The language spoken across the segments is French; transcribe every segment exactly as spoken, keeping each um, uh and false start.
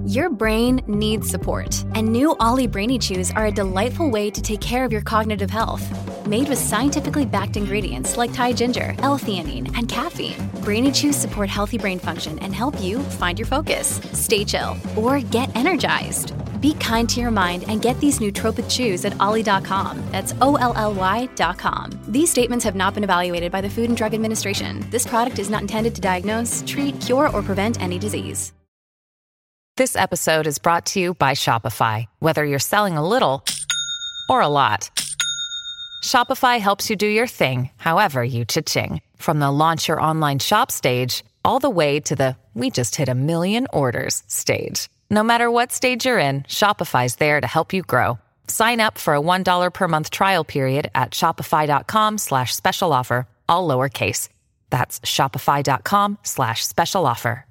Your brain needs support, and new Ollie Brainy Chews are a delightful way to take care of your cognitive health. Made with scientifically backed ingredients like Thai ginger, L-theanine, and caffeine, Brainy Chews support healthy brain function and help you find your focus, stay chill, or get energized. Be kind to your mind and get these nootropic chews at ollie dot com. That's O L L Y dot com. These statements have not been evaluated by the Food and Drug Administration. This product is not intended to diagnose, treat, cure, or prevent any disease. This episode is brought to you by Shopify. Whether you're selling a little or a lot, Shopify helps you do your thing, however you cha-ching. From the launch your online shop stage, all the way to the we just hit a million orders stage. No matter what stage you're in, Shopify's there to help you grow. Sign up for a one dollar per month trial period at shopify.com slash special offer, all lowercase. That's shopify.com slash special offer.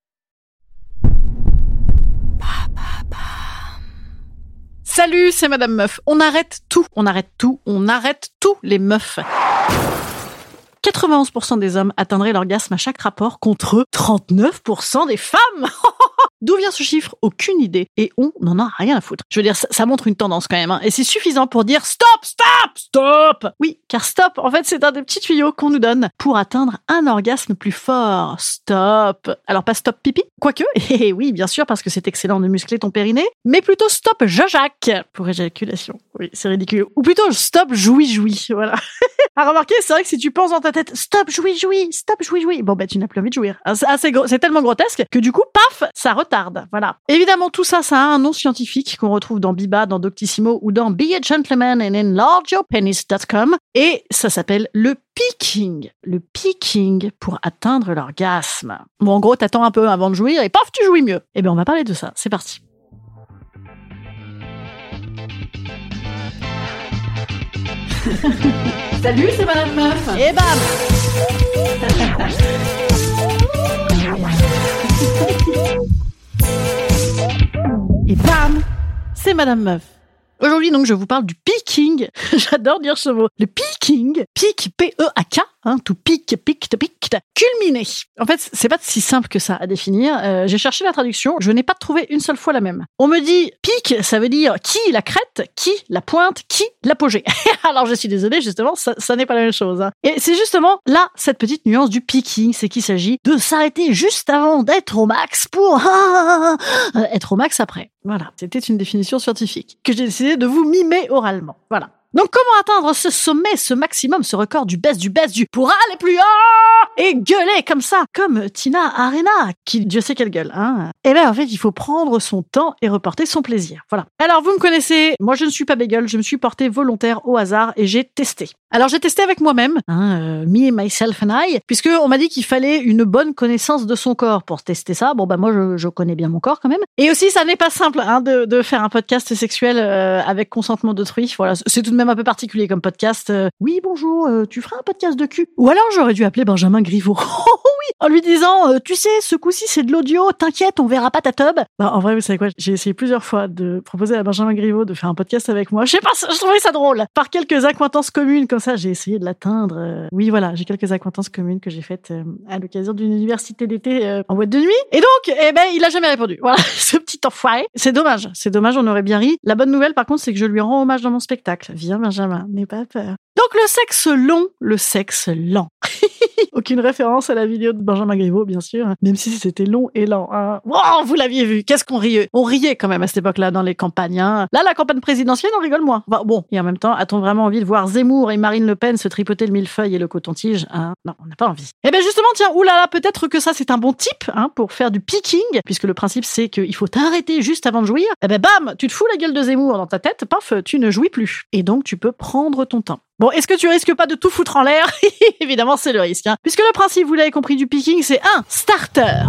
Salut, c'est Madame Meuf. On arrête tout, on arrête tout, on arrête tout, les meufs. quatre-vingt-onze pour cent des hommes atteindraient l'orgasme à chaque rapport contre trente-neuf pour cent des femmes. D'où vient ce chiffre ? Aucune idée. Et on n'en a rien à foutre. Je veux dire, ça, ça montre une tendance quand même. Hein. Et c'est suffisant pour dire stop, stop, stop. Oui, car stop, en fait, c'est un des petits tuyaux qu'on nous donne pour atteindre un orgasme plus fort. Stop. Alors pas stop pipi, quoique. Et oui, bien sûr, parce que c'est excellent de muscler ton périnée. Mais plutôt stop Jajac pour éjaculation. Oui, c'est ridicule. Ou plutôt stop joui joui. Voilà. À remarquer, c'est vrai que si tu penses dans ta tête stop joui joui, stop joui joui, bon ben tu n'as plus envie de jouir. C'est assez gros, c'est tellement grotesque que du coup, paf, ça retarde. Voilà. Évidemment, tout ça, ça a un nom scientifique qu'on retrouve dans Biba, dans Doctissimo ou dans Be a Gentleman and Enlarge Your Penis dot com. Et ça s'appelle le peaking. Le peaking pour atteindre l'orgasme. Bon, en gros, t'attends un peu avant de jouir et paf, tu jouis mieux. Eh bien, on va parler de ça. C'est parti. Salut, c'est Madame Meuf. Et bam. Et bam, c'est Madame Meuf. Aujourd'hui, donc, je vous parle du peaking. J'adore dire ce mot. Le peaking. Peak, P E A K. Hein, to peak, peak, to peak. Culminer. En fait, c'est pas si simple que ça à définir. Euh, j'ai cherché la traduction. Je n'ai pas trouvé une seule fois la même. On me dit peak, ça veut dire qui la crête, qui la pointe, qui l'apogée. Alors, je suis désolée, justement, ça, ça n'est pas la même chose. Hein. Et c'est justement là, cette petite nuance du peaking, c'est qu'il s'agit de s'arrêter juste avant d'être au max pour ah, être au max après. Voilà. C'était une définition scientifique que j'ai décidé de vous mimer oralement. Voilà. Donc, comment atteindre ce sommet, ce maximum, ce record du best, du best, du pour aller plus haut et gueuler comme ça, comme Tina Arena, qui, Dieu sait quelle gueule, hein. Et là, en fait, il faut prendre son temps et reporter son plaisir. Voilà. Alors, vous me connaissez, moi, je ne suis pas bégueule, je me suis portée volontaire au hasard et j'ai testé. Alors, j'ai testé avec moi-même, hein, euh, me, myself and I, puisque on m'a dit qu'il fallait une bonne connaissance de son corps pour tester ça. Bon, bah, moi, je, je connais bien mon corps quand même. Et aussi, ça n'est pas simple, hein, de, de faire un podcast sexuel euh, avec consentement d'autrui. Voilà. C'est tout de même un peu particulier comme podcast. Euh, oui, bonjour, euh, tu feras un podcast de cul. Ou alors, j'aurais dû appeler Benjamin Griveaux. Oh oui, en lui disant, euh, tu sais, ce coup-ci, c'est de l'audio, t'inquiète, on verra pas ta tub. Bah, en vrai, vous savez quoi, j'ai essayé plusieurs fois de proposer à Benjamin Griveaux de faire un podcast avec moi. Je sais pas, je trouvais ça drôle. Par quelques acquaintances communes, comme ça, j'ai essayé de l'atteindre. Euh, oui, voilà, j'ai quelques acquaintances communes que j'ai faites euh, à l'occasion d'une université d'été euh, en boîte de nuit. Et donc, eh ben, il a jamais répondu. Voilà, ce petit enfoiré. C'est dommage, c'est dommage, on aurait bien ri. La bonne nouvelle, par contre, c'est que je lui rends hommage dans mon spectacle. Viens, Benjamin, n'aie pas peur. Donc, le sexe long, le sexe lent. Aucune référence à la vidéo de Benjamin Griveaux, bien sûr, même si c'était long et lent. Hein. Wow, vous l'aviez vu, qu'est-ce qu'on riait. On riait quand même à cette époque-là dans les campagnes. Hein. Là, la campagne présidentielle, on rigole moins. Enfin, bon, et en même temps, a-t-on vraiment envie de voir Zemmour et Marine Le Pen se tripoter le millefeuille et le coton-tige, hein? Non, on n'a pas envie. Eh bien justement, tiens, oulala, peut-être que ça c'est un bon type, hein, pour faire du peaking, puisque le principe c'est qu'il faut t'arrêter juste avant de jouir. Eh ben bam, tu te fous la gueule de Zemmour dans ta tête, paf, tu ne jouis plus. Et donc tu peux prendre ton temps. Bon, est-ce que tu risques pas de tout foutre en l'air? Évidemment, c'est le risque. Hein. Puisque le principe, vous l'avez compris, du peaking, c'est un starter.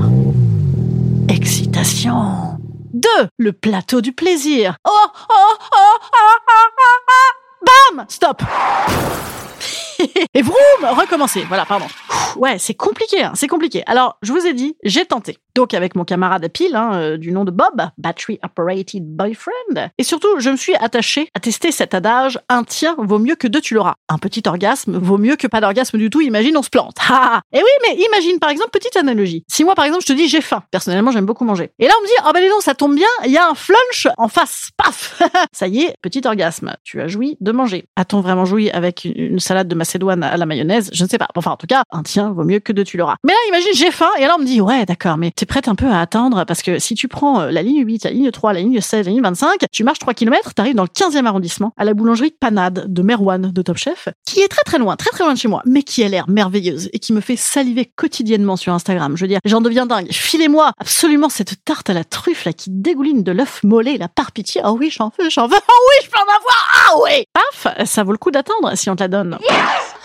Excitation. Deux, le plateau du plaisir. Oh, oh, oh, oh, oh, oh, oh. Bam! Stop. Et vroom, recommencer. Voilà, pardon. Ouais, c'est compliqué, hein, c'est compliqué. Alors, je vous ai dit, j'ai tenté. Donc, avec mon camarade à pile, hein, euh, du nom de Bob, Battery Operated Boyfriend. Et surtout, je me suis attachée à tester cet adage, un tien vaut mieux que deux tu l'auras. Un petit orgasme vaut mieux que pas d'orgasme du tout, imagine, on se plante. Et oui, mais imagine, par exemple, petite analogie. Si moi, par exemple, je te dis, j'ai faim. Personnellement, j'aime beaucoup manger. Et là, on me dit, oh ben dis donc, ça tombe bien, il y a un flunch en face. Paf. Ça y est, petit orgasme. Tu as joui de manger. A-t-on vraiment joui avec une salade de Macédoine à la mayonnaise? Je ne sais pas. Enfin, en tout cas, un tien vaut mieux que deux tu l'auras. Mais là, imagine, j'ai faim. Et alors, on me dit, ouais, d'accord, mais t'es prête un peu à attendre parce que si tu prends la ligne huit, la ligne trois, la ligne seize, la ligne vingt-cinq, tu marches trois kilomètres, t'arrives dans le quinzième arrondissement à la boulangerie Panade de Merwan de Top Chef, qui est très très loin, très très loin de chez moi, mais qui a l'air merveilleuse et qui me fait saliver quotidiennement sur Instagram. Je veux dire, j'en deviens dingue. Filez-moi absolument cette tarte à la truffe là qui dégouline de l'œuf mollet là par pitié. Oh oui, j'en veux, j'en veux. Oh oui, je peux en avoir. Ah oui. Paf, ça vaut le coup d'attendre si on te la donne. Yes!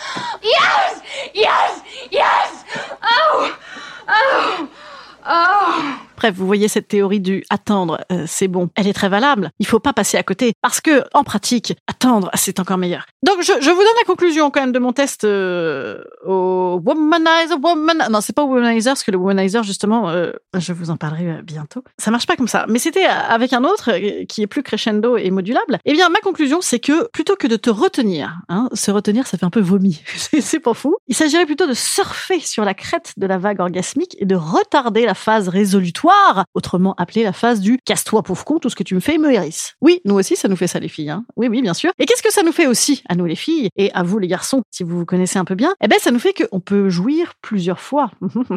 Yes! Yes! Yes! Oh! Oh! Oh! Bref, vous voyez cette théorie du attendre, euh, c'est bon. Elle est très valable. Il faut pas passer à côté parce que en pratique, attendre, c'est encore meilleur. Donc je, je vous donne la conclusion quand même de mon test euh, au Womanizer Woman. Non, c'est pas au Womanizer parce que le Womanizer justement, euh, je vous en parlerai bientôt. Ça marche pas comme ça. Mais c'était avec un autre euh, qui est plus crescendo et modulable. Eh bien, ma conclusion, c'est que plutôt que de te retenir, hein, se retenir, ça fait un peu vomi. c'est, c'est pas fou. Il s'agirait plutôt de surfer sur la crête de la vague orgasmique et de retarder la phase résolutoire, autrement appelée la phase du casse-toi pauvre con, tout ce que tu me fais me hérisse. Oui, nous aussi ça nous fait ça les filles, hein. Oui, oui, bien sûr. Et qu'est-ce que ça nous fait aussi, à nous les filles, et à vous les garçons, si vous vous connaissez un peu bien? Eh ben ça nous fait qu'on peut jouir plusieurs fois.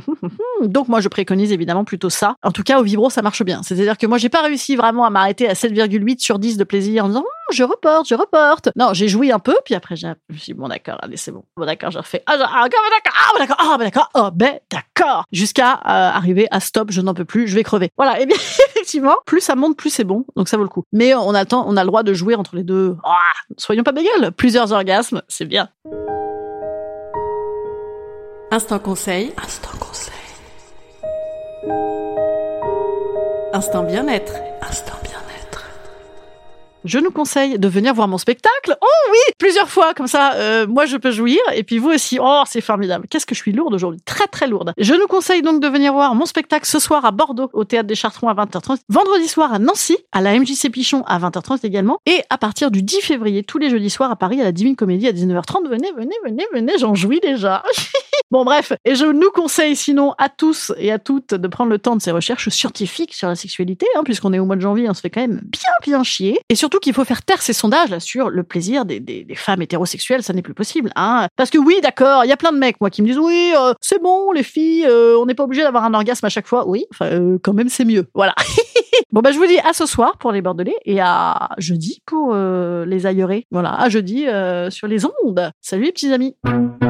Donc moi je préconise évidemment plutôt ça. En tout cas au vibro ça marche bien. C'est-à-dire que moi j'ai pas réussi vraiment à m'arrêter à sept virgule huit sur dix de plaisir en disant oh, je reporte, je reporte. Non, j'ai joui un peu, puis après j'ai, je me suis dit bon d'accord, allez c'est bon. Bon d'accord, je refais. Ah, ah d'accord, ah d'accord, ah ben d'accord, oh ben d'accord. Jusqu'à euh, arriver à stop, je n'en peux plus, je vais crever. Voilà, et bien effectivement, plus ça monte, plus c'est bon, donc ça vaut le coup. Mais on a le temps, on a le droit de jouer entre les deux. Oh, soyons pas bégueules, plusieurs orgasmes, c'est bien. Instant conseil. Instant conseil. Instant bien-être. Instant bien-être. Je nous conseille de venir voir mon spectacle. Oh oui, plusieurs fois comme ça. Euh, moi, je peux jouir et puis vous aussi. Oh, c'est formidable. Qu'est-ce que je suis lourde aujourd'hui, très très lourde. Je nous conseille donc de venir voir mon spectacle ce soir à Bordeaux, au Théâtre des Chartrons à vingt heures trente. Vendredi soir à Nancy, à la M J C Pichon à vingt heures trente également. Et à partir du dix février, tous les jeudis soirs à Paris, à la Divine Comédie à dix-neuf heures trente. Venez, venez, venez, venez, j'en jouis déjà. Bon bref, et je nous conseille sinon à tous et à toutes de prendre le temps de ces recherches scientifiques sur la sexualité, hein, puisqu'on est au mois de janvier, on se fait quand même bien bien chier. Et surtout qu'il faut faire taire ces sondages là sur le plaisir des, des, des femmes hétérosexuelles, ça n'est plus possible. Hein. Parce que oui, d'accord, il y a plein de mecs moi qui me disent oui, euh, c'est bon les filles, euh, on n'est pas obligé d'avoir un orgasme à chaque fois. Oui, enfin euh, quand même c'est mieux. Voilà. Bon bah je vous dis à ce soir pour les Bordelais et à jeudi pour euh, les ailleurés. Voilà, à jeudi euh, sur les ondes. Salut les petits amis.